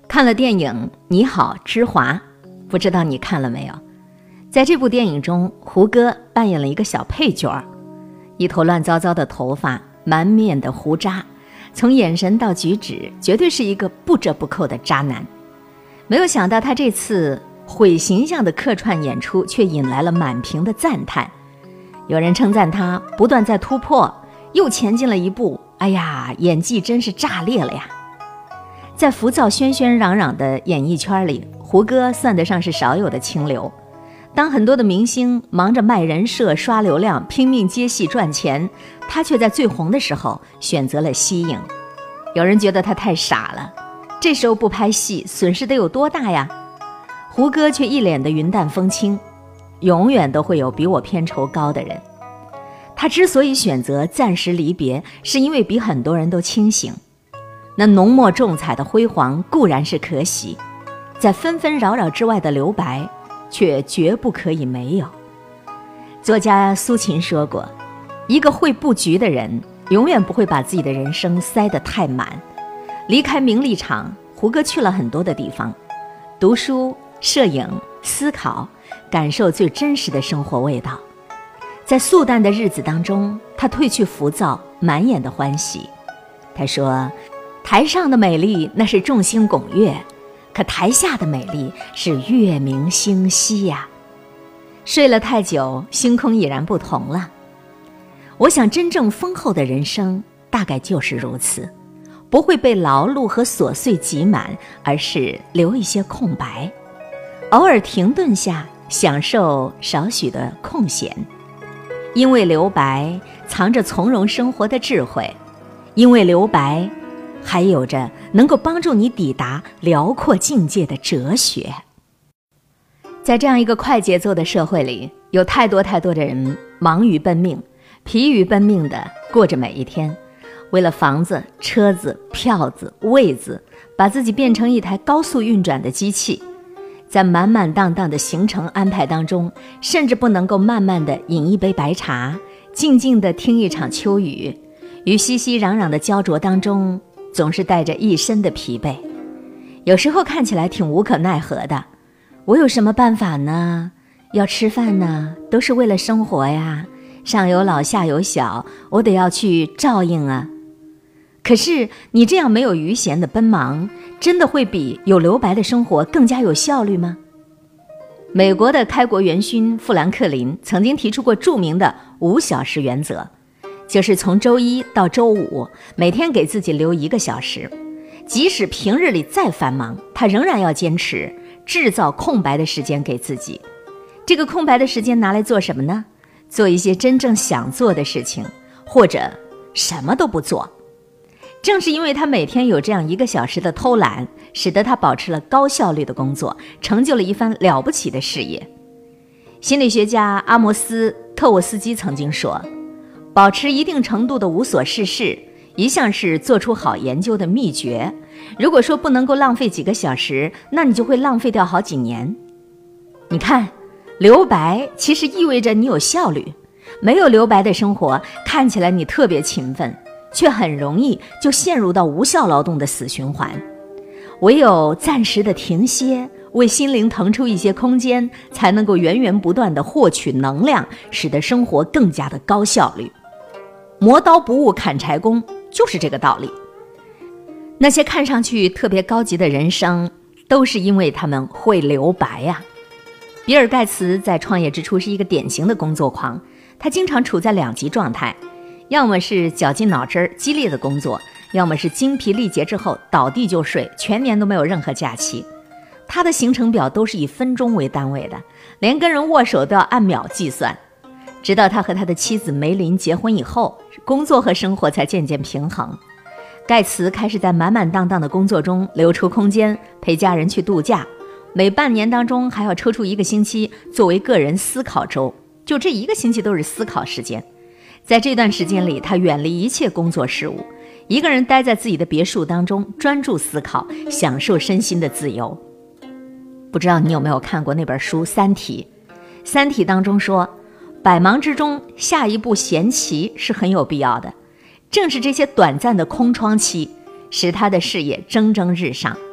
看了电影《你好，之华》，不知道你看了没有？在这部电影中，胡歌扮演了一个小配角，一头乱糟糟的头发，满面的胡渣，从眼神到举止，绝对是一个不折不扣的渣男。没有想到他这次毁形象的客串演出，却引来了满屏的赞叹。有人称赞他不断在突破，又前进了一步，哎呀，演技真是炸裂了呀！在浮躁喧喧嚷嚷的演艺圈里，胡歌算得上是少有的清流。当很多的明星忙着卖人设、刷流量，拼命接戏赚钱，他却在最红的时候选择了息影。有人觉得他太傻了，这时候不拍戏，损失得有多大呀？胡歌却一脸的云淡风轻，永远都会有比我片酬高的人。他之所以选择暂时离别，是因为比很多人都清醒。那浓墨重彩的辉煌固然是可喜，在纷纷扰扰之外的留白却绝不可以没有。作家苏秦说过，一个会布局的人永远不会把自己的人生塞得太满。离开名利场，胡歌去了很多的地方，读书、摄影、思考，感受最真实的生活味道。在素淡的日子当中，他褪去浮躁，满眼的欢喜。他说，台上的美丽那是众星拱月，可台下的美丽是月明星稀呀。睡了太久，星空已然不同了。我想真正丰厚的人生大概就是如此，不会被劳碌和琐碎挤满，而是留一些空白，偶尔停顿下，享受少许的空闲。因为留白藏着从容生活的智慧，因为留白还有着能够帮助你抵达辽阔境界的哲学。在这样一个快节奏的社会里，有太多的人忙于奔命，疲于奔命地过着每一天，为了房子、车子、票子、位子，把自己变成一台高速运转的机器。在满满当当的行程安排当中，甚至不能够慢慢地饮一杯白茶，静静地听一场秋雨，与熙熙攘攘的焦灼当中，总是带着一身的疲惫。有时候看起来挺无可奈何的，我有什么办法呢？要吃饭呢，都是为了生活呀，上有老下有小，我得要去照应啊。可是你这样没有余闲的奔忙，真的会比有留白的生活更加有效率吗？美国的开国元勋富兰克林曾经提出过著名的5小时原则，就是从周一到周五每天给自己留1个小时，即使平日里再繁忙，他仍然要坚持制造空白的时间给自己。这个空白的时间拿来做什么呢？做一些真正想做的事情，或者什么都不做。正是因为他每天有这样1个小时的偷懒，使得他保持了高效率的工作，成就了一番了不起的事业。心理学家阿摩斯·特沃斯基曾经说，保持一定程度的无所事事，一向是做出好研究的秘诀。如果说不能够浪费几个小时，那你就会浪费掉好几年。你看，留白其实意味着你有效率，没有留白的生活，看起来你特别勤奋，却很容易就陷入到无效劳动的死循环。唯有暂时的停歇，为心灵腾出一些空间，才能够源源不断地获取能量，使得生活更加的高效率。磨刀不误砍柴工，就是这个道理。那些看上去特别高级的人生，都是因为他们会留白呀。比尔盖茨在创业之初是一个典型的工作狂，他经常处在2极状态，要么是绞尽脑汁激烈的工作，要么是精疲力竭之后倒地就睡，全年都没有任何假期。他的行程表都是以分钟为单位的，连跟人握手都要按秒计算。直到他和他的妻子梅林结婚以后，工作和生活才渐渐平衡。盖茨开始在满满当当的工作中留出空间，陪家人去度假，每半年当中还要抽出1个星期作为个人思考周，就这1个星期都是思考时间。在这段时间里，他远离一切工作事务，一个人待在自己的别墅当中，专注思考，享受身心的自由。不知道你有没有看过那本书《三体》？《三体》当中说，百忙之中下一步闲棋是很有必要的。正是这些短暂的空窗期，使他的事业蒸蒸日上。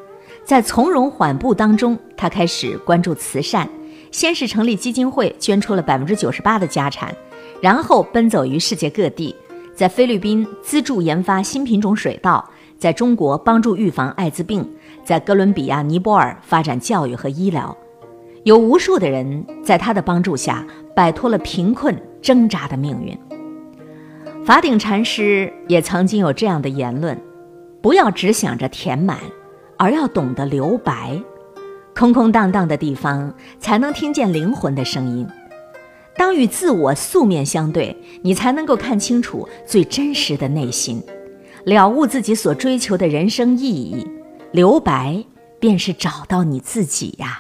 在从容缓步当中，他开始关注慈善，先是成立基金会，捐出了98%的家产，然后奔走于世界各地，在菲律宾资助研发新品种水稻，在中国帮助预防艾滋病，在哥伦比亚、尼泊尔发展教育和医疗。有无数的人在他的帮助下摆脱了贫困挣扎的命运。法顶禅师也曾经有这样的言论：不要只想着填满，而要懂得留白，空空荡荡的地方才能听见灵魂的声音。当与自我素面相对，你才能够看清楚最真实的内心，了悟自己所追求的人生意义。留白便是找到你自己呀。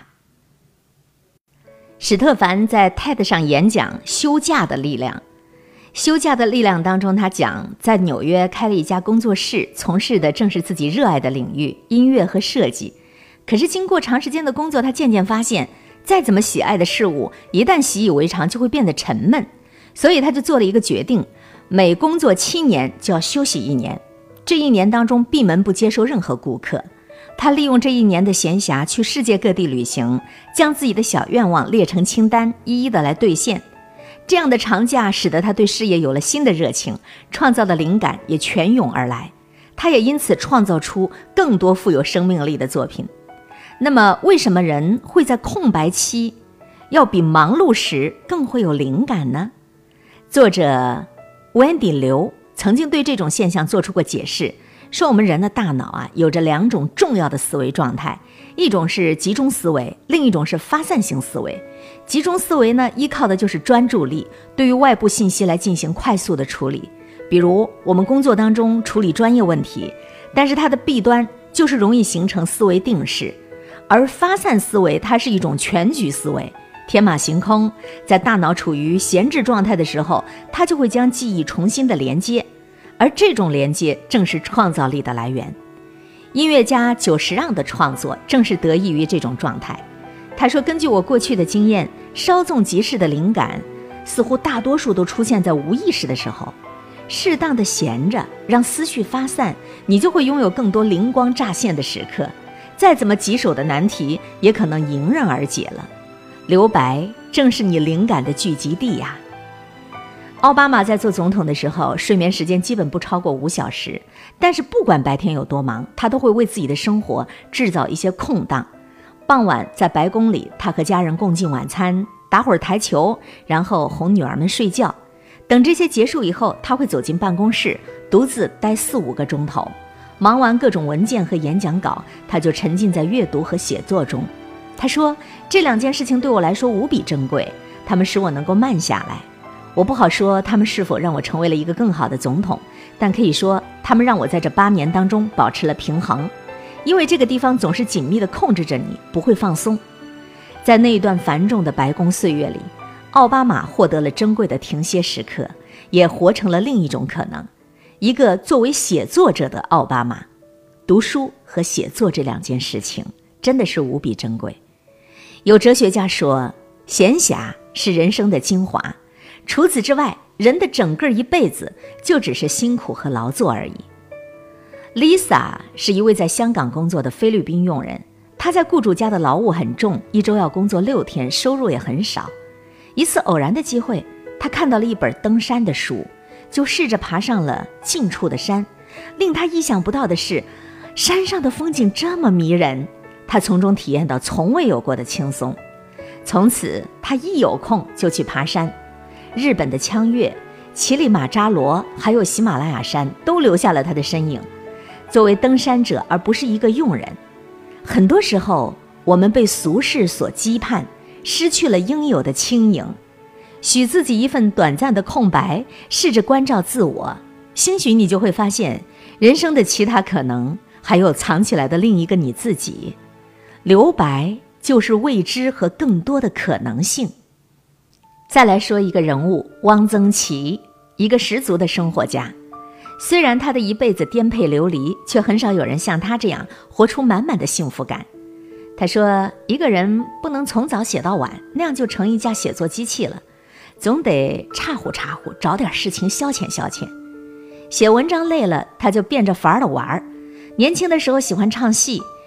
史特凡在 TED 上演讲休假的力量。休假的力量当中，他讲在纽约开了一家工作室，从事的正是自己热爱的领域，音乐和设计。可是经过长时间的工作，他渐渐发现，再怎么喜爱的事物，一旦习以为常就会变得沉闷。所以他就做了一个决定，每工作7年就要休息1年。这1年当中闭门不接受任何顾客。他利用这1年的闲暇去世界各地旅行，将自己的小愿望列成清单，一一的来兑现。这样的长假使得他对事业有了新的热情，创造的灵感也泉涌而来。他也因此创造出更多富有生命力的作品。那么为什么人会在空白期要比忙碌时更会有灵感呢？作者 Wendy 刘曾经对这种现象做出过解释，说我们人的大脑有着2种重要的思维状态，一种是集中思维，另一种是发散性思维。集中思维呢，依靠的就是专注力，对于外部信息来进行快速的处理。比如我们工作当中处理专业问题，但是它的弊端就是容易形成思维定式。而发散思维它是一种全局思维，天马行空，在大脑处于闲置状态的时候，它就会将记忆重新的连接，而这种连接正是创造力的来源。音乐家久石让的创作正是得益于这种状态。他说，根据我过去的经验，稍纵即逝的灵感似乎大多数都出现在无意识的时候。适当的闲着，让思绪发散，你就会拥有更多灵光乍现的时刻，再怎么棘手的难题也可能迎刃而解了。留白正是你灵感的聚集地呀。奥巴马在做总统的时候，睡眠时间基本不超过5小时，但是不管白天有多忙，他都会为自己的生活制造一些空档。傍晚在白宫里，他和家人共进晚餐，打会儿台球，然后哄女儿们睡觉。等这些结束以后，他会走进办公室，独自待4-5个钟头。忙完各种文件和演讲稿，他就沉浸在阅读和写作中。他说，这2件事情对我来说无比珍贵，他们使我能够慢下来。我不好说他们是否让我成为了一个更好的总统，但可以说他们让我在这8年当中保持了平衡，因为这个地方总是紧密地控制着你，不会放松。在那一段繁重的白宫岁月里，奥巴马获得了珍贵的停歇时刻，也活成了另一种可能，一个作为写作者的奥巴马。读书和写作这2件事情真的是无比珍贵。有哲学家说，闲暇是人生的精华，除此之外，人的整个一辈子就只是辛苦和劳作而已。Lisa 是一位在香港工作的菲律宾佣人，她在雇主家的劳务很重，1周要工作6天，收入也很少。一次偶然的机会，她看到了一本登山的书，就试着爬上了近处的山。令她意想不到的是，山上的风景这么迷人，她从中体验到从未有过的轻松。从此她一有空就去爬山，日本的枪岳、乞力马扎罗还有喜马拉雅山都留下了她的身影。作为登山者而不是一个佣人，很多时候我们被俗世所羁绊，失去了应有的轻盈。许自己一份短暂的空白，试着关照自我，兴许你就会发现人生的其他可能，还有藏起来的另一个你自己。留白就是未知和更多的可能性。再来说一个人物，汪曾祺，一个十足的生活家。虽然他的一辈子颠沛流离，却很少有人像他这样活出满满的幸福感。他说，一个人不能从早写到晚，那样就成一架写作机器了，总得插乎插乎，找点事情消遣消遣。写文章累了，他就变着法儿的玩。年轻的时候喜欢唱戏，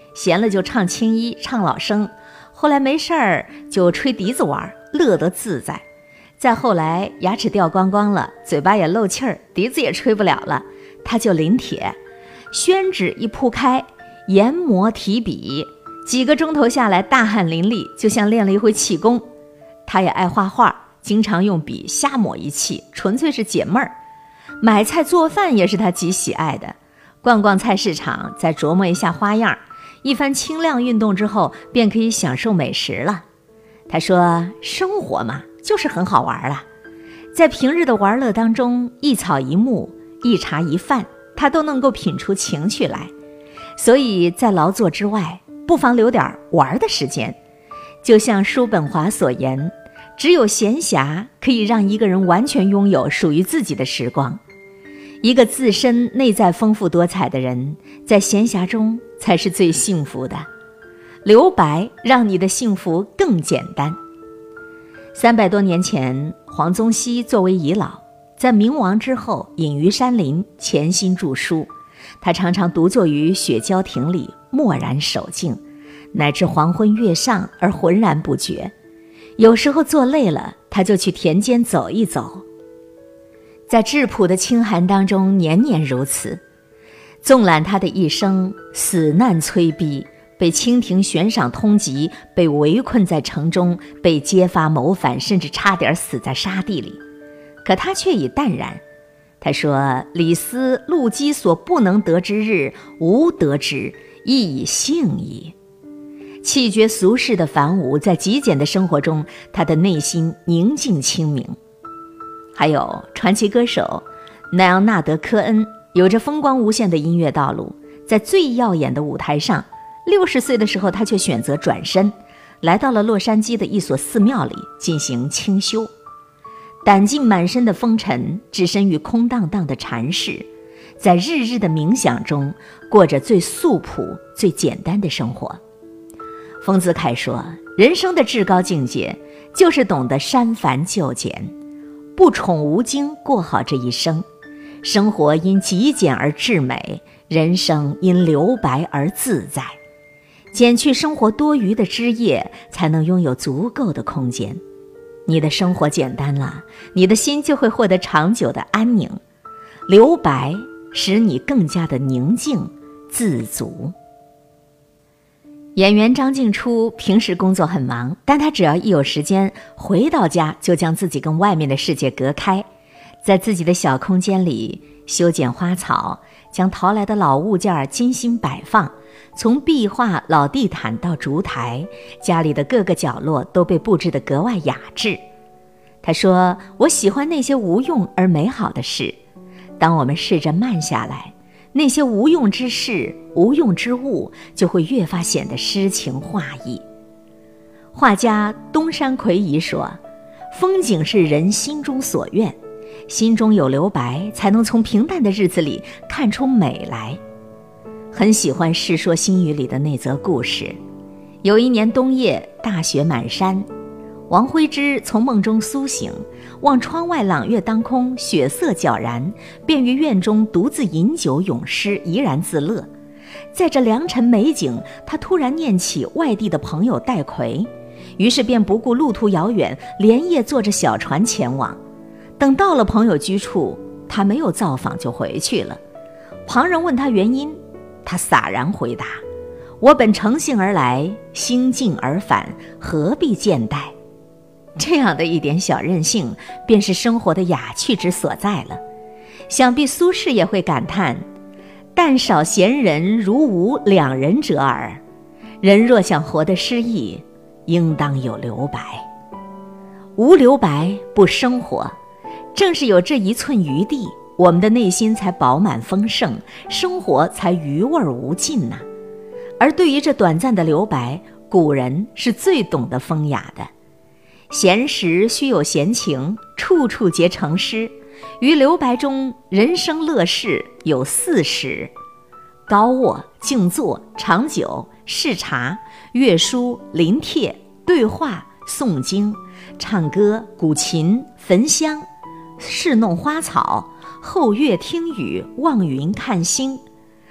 闲了就唱青衣唱老生，后来没事儿就吹笛子玩，乐得自在。再后来牙齿掉光光了，嘴巴也漏气儿，笛子也吹不了了，他就临帖，宣纸一铺开，研磨提笔，几个钟头下来大汗淋漓，就像练了一回气功。他也爱画画，经常用笔瞎抹一气，纯粹是解闷儿。买菜做饭也是他极喜爱的，逛逛菜市场，再琢磨一下花样，一番轻量运动之后，便可以享受美食了。他说，生活嘛，就是很好玩了。在平日的玩乐当中，一草一木，一茶一饭，他都能够品出情趣来。所以在劳作之外，不妨留点玩的时间。就像叔本华所言，只有闲暇可以让一个人完全拥有属于自己的时光。一个自身内在丰富多彩的人，在闲暇中才是最幸福的。留白让你的幸福更简单。300多年前，黄宗羲作为遗老，在明亡之后隐于山林，潜心著书。他常常独坐于雪郊亭里，默然守静，乃至黄昏月上而浑然不觉。有时候坐累了，他就去田间走一走。在质朴的清寒当中，年年如此。纵览他的一生，死难催逼，被清廷悬赏通缉，被围困在城中，被揭发谋反，甚至差点死在沙地里。可他却已淡然。他说，李斯、陆机所不能得之日，吾得之，亦以幸矣。弃绝俗世的繁芜，在极简的生活中，他的内心宁静清明。还有传奇歌手奈昂纳德·科恩，有着风光无限的音乐道路，在最耀眼的舞台上，60岁的时候他却选择转身，来到了洛杉矶的一所寺庙里进行清修。胆尽满身的风尘，置身于空荡荡的禅室，在日日的冥想中过着最素朴最简单的生活。丰子恺说，人生的至高境界就是懂得删繁就简，不宠无惊过好这一生。生活因极简而至美，人生因留白而自在。减去生活多余的枝叶，才能拥有足够的空间。你的生活简单了，你的心就会获得长久的安宁。留白使你更加的宁静自足。演员张静初平时工作很忙，但他只要一有时间，回到家就将自己跟外面的世界隔开，在自己的小空间里修剪花草，将淘来的老物件精心摆放，从壁画、老地毯到烛台，家里的各个角落都被布置得格外雅致。他说，我喜欢那些无用而美好的事。当我们试着慢下来，那些无用之事、无用之物就会越发显得诗情画意。画家东山魁夷说，风景是人心中所愿，心中有留白，才能从平淡的日子里看出美来。很喜欢《世说新语》里的那则故事。有一年冬夜，大雪满山，王徽之从梦中苏醒，望窗外朗月当空，雪色皎然，便于院中独自饮酒咏诗，怡然自乐。在这良辰美景，他突然念起外地的朋友戴逵，于是便不顾路途遥远，连夜坐着小船前往。等到了朋友居处，他没有造访就回去了。旁人问他原因，他洒然回答，我本乘兴而来，兴尽而返，何必见待。这样的一点小任性，便是生活的雅趣之所在了。想必苏轼也会感叹，但少闲人如无两人者耳。人若想活得诗意，应当有留白。无留白不生活，正是有这一寸余地，我们的内心才饱满丰盛，生活才余味无尽呐。而对于这短暂的留白，古人是最懂得风雅的。闲时须有闲情，处处结成诗。于留白中，人生乐事有4时：高卧、静坐、长久、视察、阅书、临帖、对话、诵经、唱歌、鼓琴、焚香、侍弄花草、后月听雨、望云看星。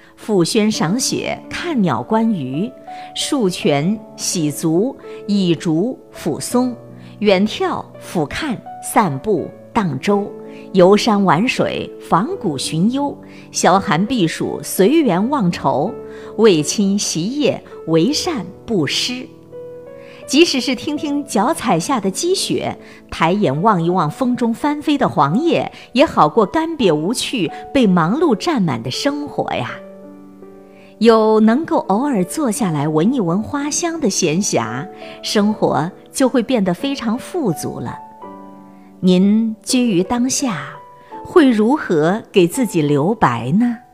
抚轩赏雪，看鸟观鱼，漱泉洗足，倚竹抚松，远眺俯瞰，散步荡舟，游山玩水，访古寻幽，消寒避暑，随缘忘愁，为亲习业，为善布施。即使是听听脚踩下的积雪，抬眼望一望风中翻飞的黄叶，也好过干瘪无趣、被忙碌占满的生活呀。有能够偶尔坐下来闻一闻花香的闲暇，生活就会变得非常富足了。您居于当下，会如何给自己留白呢？